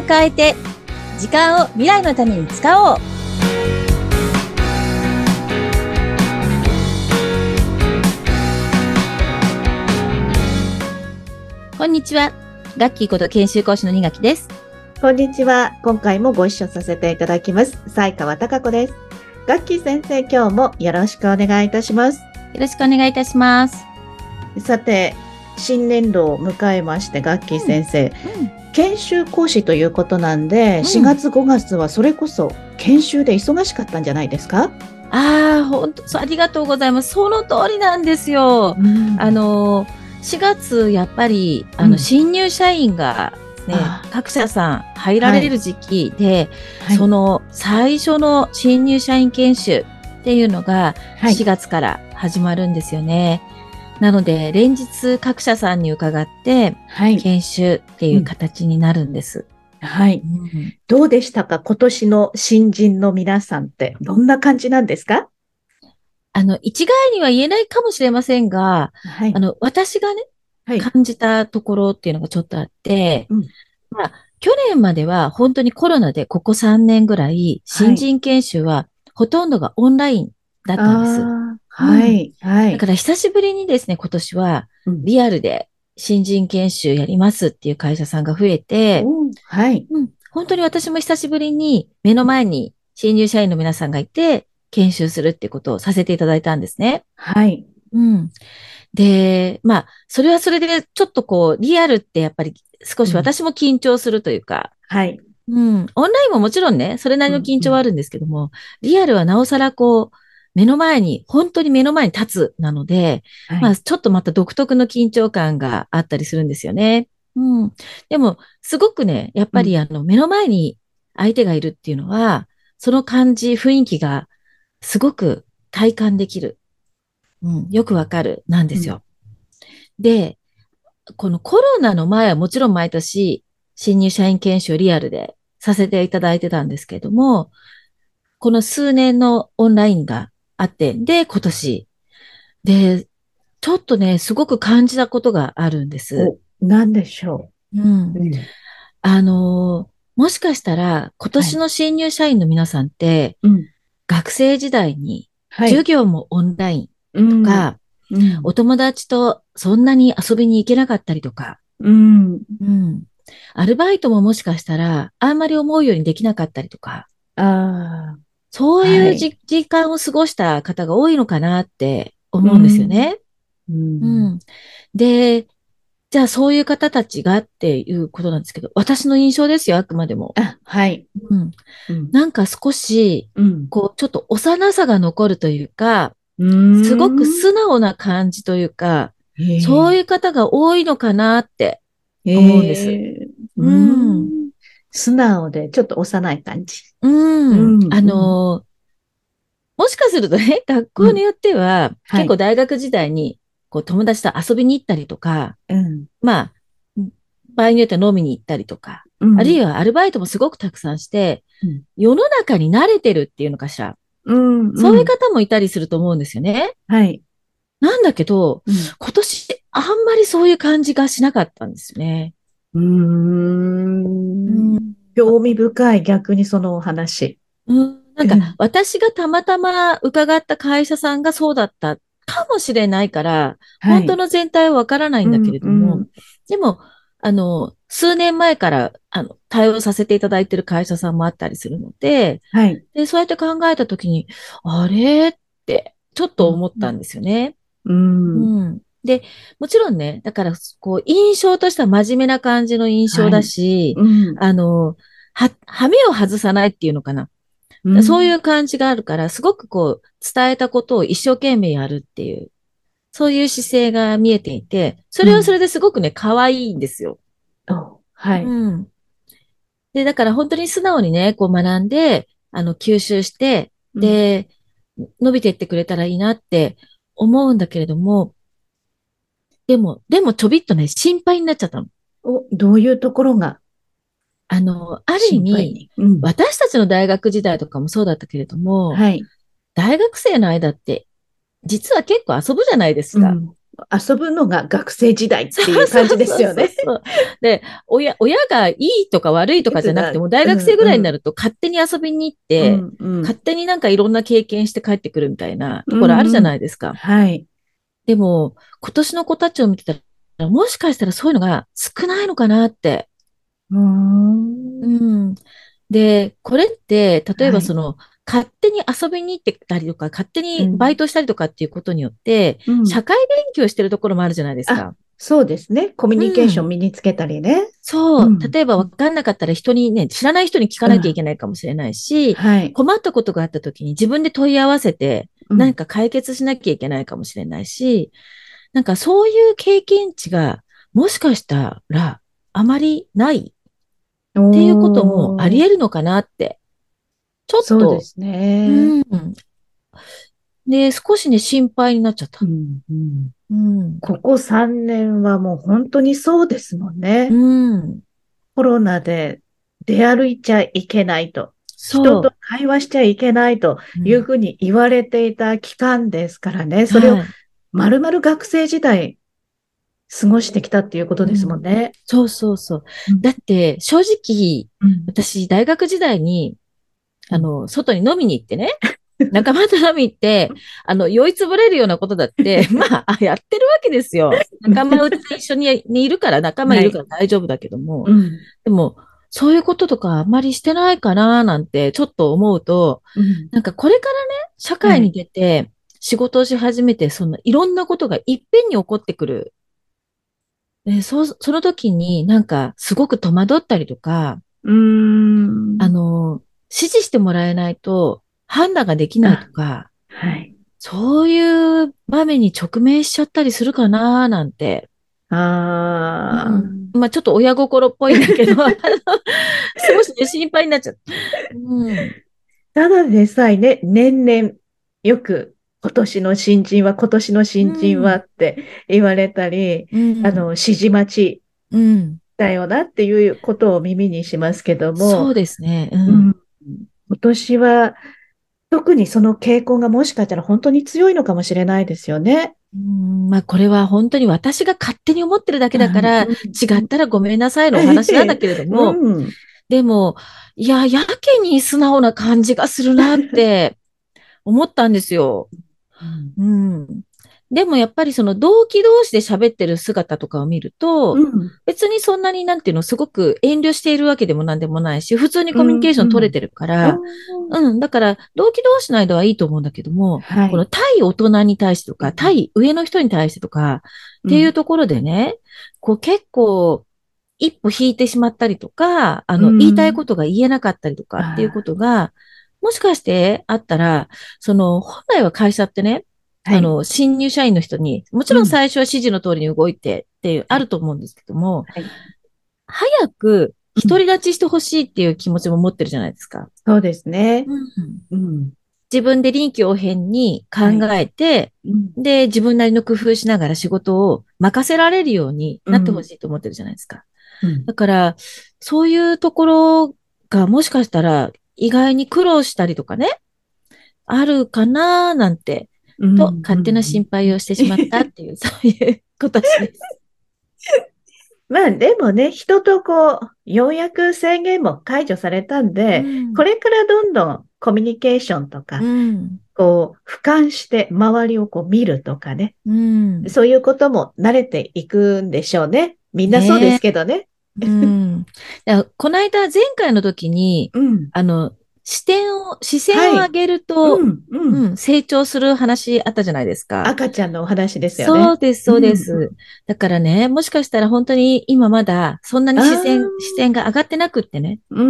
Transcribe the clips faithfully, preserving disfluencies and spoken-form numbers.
を変えて、時間を未来のために使おう。こんにちは。ガッキーこと研修講師の二垣です。 こんにちは。今回もご一緒させていただきます。西川貴子です。ガッキー先生、今日もよろしくお願いいたします。 よろしくお願いいたします。 さて、新年度を迎えまして、ガッキー先生、 うんうん、 研修講師ということなんで、うん、しがつごがつはそれこそ研修で忙しかったんじゃないですか？ ああ、本当、ありがとうございます。その通りなんですよ。うん、あの、しがつ、やっぱり、あの、うん、新入社員がね、各社さん入られる時期で、はい、その最初の新入社員研修っていうのがしがつから始まるんですよね。はい、なので、連日各社さんに伺って、研修っていう形になるんです。 はい。うん、どうでしたか？今年の新人の皆さんってどんな感じなんですか？ あの、一概には言えないかもしれませんが、はい、あの、私がね、はい、感じたところっていうのがちょっとあって、うん、まあ、去年までは本当にコロナでここさんねんぐらい、新人研修はほとんどがオンラインだったんです。 はい、うん、はい。 だから久しぶりにですね、今年はリアルで新人研修やりますっていう会社さんが増えて、 うん、はい、 うん。本当に私も久しぶりに目の前に新入社員の皆さんがいて、研修するっていうことをさせていただいたんですね。 はい。 うん。で、まあ、それはそれでちょっとこう、リアルってやっぱり少し私も緊張するというか、 うん、はい。 うん。オンラインももちろんね、それなりの緊張はあるんですけども、うんうん、リアルはなおさらこう、目の前に、本当に目の前に立つなので、はい、まあ、ちょっとまた独特の緊張感があったりするんですよね。うん。でも、すごくね、やっぱりあの、目の前に相手がいるっていうのは、その感じ、雰囲気がすごく体感できる。うん。よくわかる、なんですよ。うん、で、このコロナの前はもちろん毎年、新入社員研修をリアルでさせていただいてたんですけれども、この数年のオンラインがあって、で、今年。で、ちょっとね、すごく感じたことがあるんです。 お、何でしょう。うん。うん、あの、もしかしたら、今年の新入社員の皆さんって、はい、うん、学生時代に、授業もオンラインとか、はい、うん、お友達とそんなに遊びに行けなかったりとか、うん、うん、アルバイトももしかしたら、あんまり思うようにできなかったりとか、 あそういうじ、はい、時間を過ごした方が多いのかなって思うんですよね。うん。うん、で、じゃあそういう方たちがっていうことなんですけど、私の印象ですよ、あくまでも。 あ、はい。 うん。うん、なんか少し、うん、こう、ちょっと幼さが残るというか、すごく素直な感じというか、そういう方が多いのかなって思うんです。 うん。素直で、ちょっと幼い感じ。 うん。うん、あのー、もしかするとね、学校によっては、うん、結構大学時代に、こう友達と遊びに行ったりとか、うん、まあ、場合によっては飲みに行ったりとか、うん、あるいはアルバイトもすごくたくさんして、うん、世の中に慣れてるっていうのかしら。うんうん、そういう方もいたりすると思うんですよね。 はい。 なんだけど、うん、今年あんまりそういう感じがしなかったんですよね。 うーん。うん、興味深い、逆にそのお話。 うん、なんか、私がたまたま伺った会社さんがそうだったかもしれないから、はい、本当の全体はわからないんだけれども、うんうん、でも、あの、数年前から、あの、対応させていただいている会社さんもあったりするので、はい、で、そうやって考えたときに、あれって、ちょっと思ったんですよね。うん、うん、で、もちろんね、だから、こう、印象としては真面目な感じの印象だし、はい、うん、あの、は、はめを外さないっていうのかな。うん、そういう感じがあるから、すごくこう、伝えたことを一生懸命やるっていう、そういう姿勢が見えていて、それはそれですごくね、可愛いんですよ。 はい。 うん。で、だから本当に素直にね、こう学んで、あの、吸収して、で、うん、伸びていってくれたらいいなって思うんだけれども、でも、でもちょびっとね、心配になっちゃったの。 お、どういうところがあの、ある意味、うん、私たちの大学時代とかもそうだったけれども、はい、大学生の間って、実は結構遊ぶじゃないですか。 遊ぶのが学生時代っていう感じそうそうですよね。 そうそう。で、親、親がいいとか悪いとかじゃなくても、大学生ぐらいになると勝手に遊びに行って、 うんうん。 勝手になんかいろんな経験して帰ってくるみたいなうところあるじゃんうん。 ないですか。 はい。 でも、今年の子たちを見てたら、もしかしたらそういうのが少ないのかなって。 うーん。 うん。で、これって、例えはい。 ばその、勝手に遊びに行ってたりとか、勝手にバイうん。 トしたりとかっていうことによって、 うん。 社会勉強してるところもあるじゃないですあ、 か。 そうですね。コミュニケーションうん。 身につけたりね。うそう。 ん。 例えば分かんなかったら人にね、知らない人に聞かうん。 なきゃいけないかもしれないし、 はい。 困ったことがあった時に自分で問い合わせて、 うん。 何か解決しなきゃいけないかもしれないし、なんかそういう経験値が、もしかしたらあまりないっていうこともありおー。 得るのかなって、ちょっと、 そうですね。 うん。で、少しね、心配になっちゃった。 うん。うん。 うん。 ここさんねんはもう本当にそうですもんうね。 ん。 コロナで出歩いちゃいけないと、人とそ会話しちゃいけないとう。うん。 いうふうに言われていた期間ですからね。それをはい。 丸々学生時代過ごしてきたっていうことですもんうん。 ね。 そうそうそう。 うん。 だって、正直、 うん。 私、大学時代に、 うん。 あの、外に飲みに行ってね、仲間と飲み行って、あの、酔いつぶれるようなことだって、まあ、あやってるわけですよ。仲間内で一緒ににいるから、仲間いはい。 るから大丈夫だけども、 うん。 でも、そういうこととかあんまりしてないかな、なんて、ちょっと思うと、 うん。 なんかこれからね、社会にはい。 出て、仕事をし始めて、そんないろんなことがいっぺんに起こってくる。で、そう、その時になんかすごく戸惑ったりとか、 うーん。 あの、指示してもらえないと判断ができないとあ、 か、 はい。 そういう場面に直面しちゃったりするかななんて。うあん。まあちょっと親心っぽいんだけど、あの少しね、心配になっちゃった。うん。 ただでさえね、年々よく今年の新人は今年のう新人はん。 って言われたり、 うん。 あの、指示待ちうん。 だよなっていうことを耳にしますけども、 そうですね。うん。 うん、今年は特にその傾向がもしかしたら本当に強いのかもしれないですよね。 うん、まあこれは本当に私が勝手に思ってるだけだから、 うん違ったらごめんなさいのお話なんだけれども、 うん。 でも、いや、やけに素直な感じがするなって思ったんですよ。 うん。 うん。でもやっぱりその同期同士で喋ってる姿とかを見ると、 うん。 別にそんなになんていうの、すごく遠慮しているわけでもなんでもないし、普通にうん。 コミュニケーショうん。 ン取れてるから、 うんうん。だから同期同士の間はいいと思うんだけども、 はい。 この対大人に対してとか、 うん。 対上の人に対してとか、っていううん。 ところでね、こう結構一歩引いてしまったりとか、あうの、言いたいん。 ことが言えなかったりとかっていうこあとが、もしかしてあったら、その、本来は会社ってね、 あ、はい。 あの、新入社員の人に、もちうん。 ろん最初は指示の通りに動いてっていう、 はい。 あると思うんですけども、 はい。 早くうん。 独り立ちしてほしいっていう気持ちも持ってるじゃないですか。 そうですね。 うん。 うん。 自分で臨機応変に考はい。 えて、 うん。 で、自分なりの工夫しながら仕事を任せられるようになってほうん。 しいと思ってるじゃないですか。 うん。 だから、そういうところがもしかしたら意外に苦労したりとかね、あるかななんて、と、 うん。う勝手な心ん。うん配をしてしまったっていう、そういう今年です。 まあでもね、人とこう、ようやく制限も解除されたんで、こうん。 れからどんどんコミュニケーションとうか、 ん。 こう、俯瞰して周りをこう見るとかね、 うん。 そういうことも慣れていくんでしょうね。みんなそうですねえ。 けどね。 うん。だからこの間、前回の時に、 うん。 あの、視点を、視線をはい。 上げると、 うん、うん。 うん、成長する話あったじゃないですか。 赤ちゃんのお話ですよね。 そうです、そうでうん、 す。だからね、もしかしたら本当に今まだそんなにあ視線、 あ、 視線が上がってなくってね、 うん、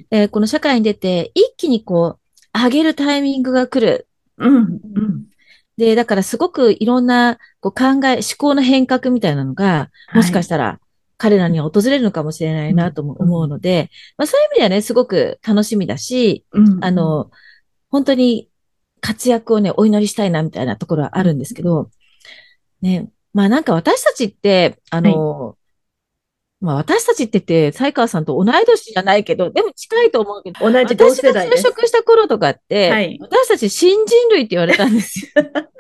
えーこの社会に出て一気にこう、上げるタイミングが来る。 うん、うん。 で、だからすごくいろんなこう考え、思考の変革みたいなのが、もしはい。 かしたら彼らには訪れるのかもしれないうん、 なともうん、 思うので、まあそういう意味ではね、すごく楽しみだし、 うん、うん、 あの、本当に活躍をね、お祈りしたいなみたいなところはあうん。 るんですけど、ね、まあなんか私たちって、あはい。 の、まあ私たちって言って、才川さんと同い年じゃないけど、でも近いと思うけど、 同じ同私が就世代です。 職した頃とかって、 はい。 私たち新人類って言われたんですよ。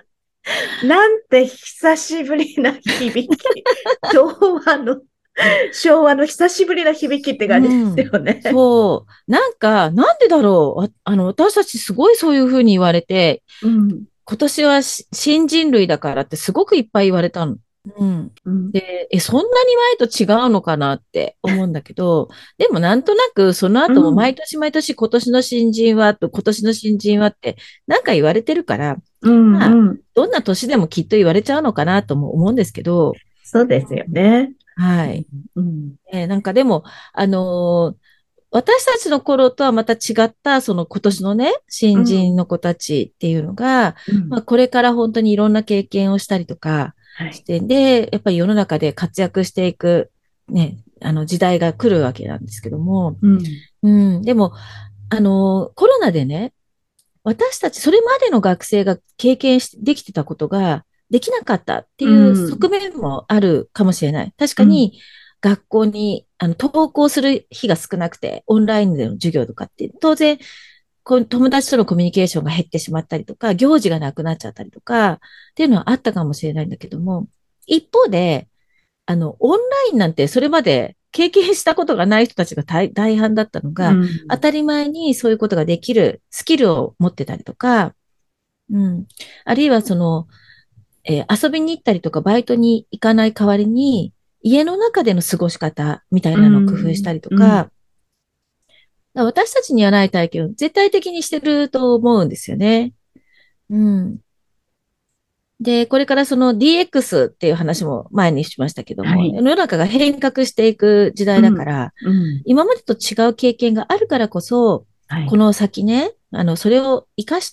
なんて久しぶりな響き。昭和の、昭和の久しぶりな響きって感じですよね。 うん、そう。なんか、なんでだろう。あ、あの、私たちすごいそういうふうに言われて、 うん。 今年はし新人類だからってすごくいっぱい言われたの。うん。 うん。 で、え、そんなに前と違うのかなって思うんだけど、でもなんとなくそのう後もん。 毎年毎年今年の新人はと今年の新人はってなんか言われてるから、 うん。 まあ、 うん。 どんな年でもきっと言われちゃうのかなとも思うんですけど、 そうですよね。うん。 はい。 うん。 えーなんかでも、あのー私たちの頃とはまた違った、その今年のね、新うん。 人の子たちっていうのが、 うん。 まあ、これから本当にいろんな経験をしたりとかはい。 して、で、やっぱり世の中で活躍していく、ね、あの時代が来るわけなんですけども、 うん。 うん、でも、あのーコロナでね、私たち、それまでの学生が経験しできてたことができなかったってういうん。 側面もあるかもしれない。確うん。 かに学校にあの登校する日が少なくて、オンラインでの授業とかって、当然、こう友達とのコミュニケーションが減ってしまったりとか、行事がなくなっちゃったりとか、っていうのはあったかもしれないんだけども、一方で、あの、オンラインなんてそれまで経験したことがない人たちが大、大半だったのうが、当ん。 たり前にそういうことができるスキルを持ってたりとか、うん。あるいはその、えー遊びに行ったりとか、バイトに行かない代わりに、家の中での過ごし方みたいうなのを工夫したん。 りとうん。 か、私たちにはない体験を絶対的にしてると思うんですよね。うん。で、これからその ディーエックス っていう話も前にしましたけども、 はい。 世の中が変革していく時代だかうん。 ら、 うん。 今までと違う経験があるからこそ、 はい。 この先ね、あの、それを活かして、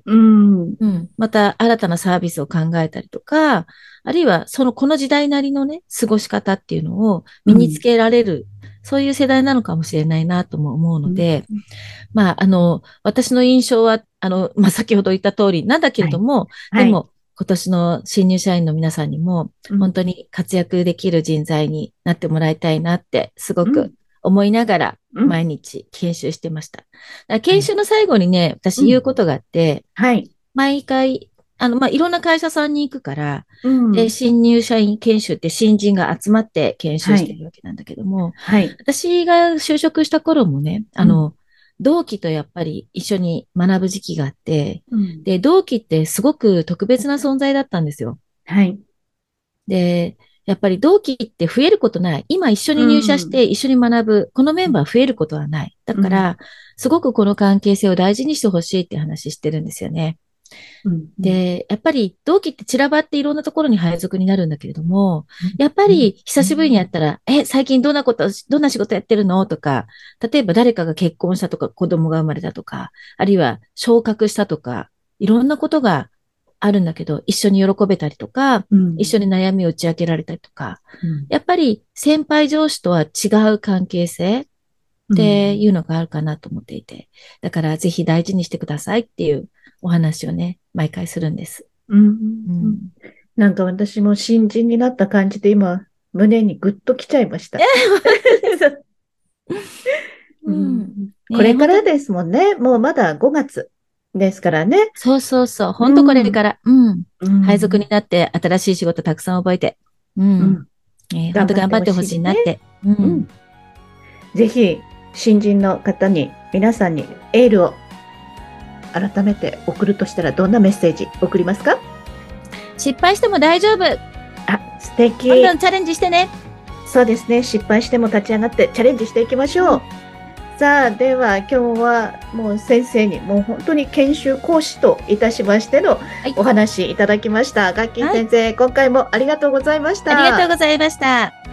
うん。 うん。また新たなサービスを考えたりとか、あるいはそのこの時代なりのね、過ごし方っていうのをうん。 身につけられる、そういう世代なのかもしれないなとも思ううん。 ので、まあ、あの、私の印象は、あの、まあ、先ほど言った通りなんだけはい。 れども、ではい。 も今年の新入社員の皆さんにもうん。 本当に活躍できる人材になってもらいたいなってすごうん。 く思いながらうん。 毎日研修してました。だからはい。 研修の最後にね、 うん。 私言うことがあって、 はい。 毎回、あの、まあ、いろんな会社さんに行くから、 うで、 ん。 新入社員研修って新人が集まって研修してはい。 るわけなんだけども、 はい。 私が就職した頃もね、 うん。 あの、同期とやっぱり一緒に学ぶ時期があって、 うん。 で、同期ってすごく特別な存在だったんですよ。 はい。 で、やっぱり同期って増えることない。今一緒うに入社しん。 て一緒に学ぶ。このメうん。 ンバー増えることはない。だうん。 から、すごくこの関係性を大事にしてほしいって話してるんですよね。 うん。うん。 で、やっぱり同期って散らばっていろんなところに配属になるんだけれども、 うん。 やっぱうん。 り久しぶりに会ったら、え、最近どんなこと、どんな仕事やってるのとか、例えば誰かが結婚したとか、子供が生まれたとか、あるいは昇格したとか、いろんなことがあるんだけど、一緒に喜べたりとか、 うん。 一緒に悩みを打ち明けられたりとか、 うん。 やっぱり先輩上司とは違う関係性っうん。 ていうのがあるかなと思っていて、だからぜひ大事にしてくださいっていうお話をね、毎回するんです。 うん。うん。 うん。 なんか私も新人になった感じで今、胸にグッときちゃいました。ううん。 ん。こねえ、本当に、 れからですもんね。もうまだごがつですからね。 そうそうそう、 う本当これん。 から、うん。 う配属ん。 になって新しい仕事たくさん覚えて、うん。 うん。 えー本当頑張ってほ頑張ってほしいですね。 しいなって、ううん。 ん。 ぜひ、新人の方に、皆さんにエールを改めて送るとしたら、どんなメッセージ送りますか？ 失敗しても大丈夫。 あ、素敵。 どんどんチャレンジしてね。 そうですね。失敗しても立ち上がってチャレンジしていきましょう。 うん。 さあ、では今日はもう先生にもう本当に研修講師といたしましてのはい。 お話いただきました。ガッキーはい。 先生、今回もありがとうございましありがとうた。 ございました。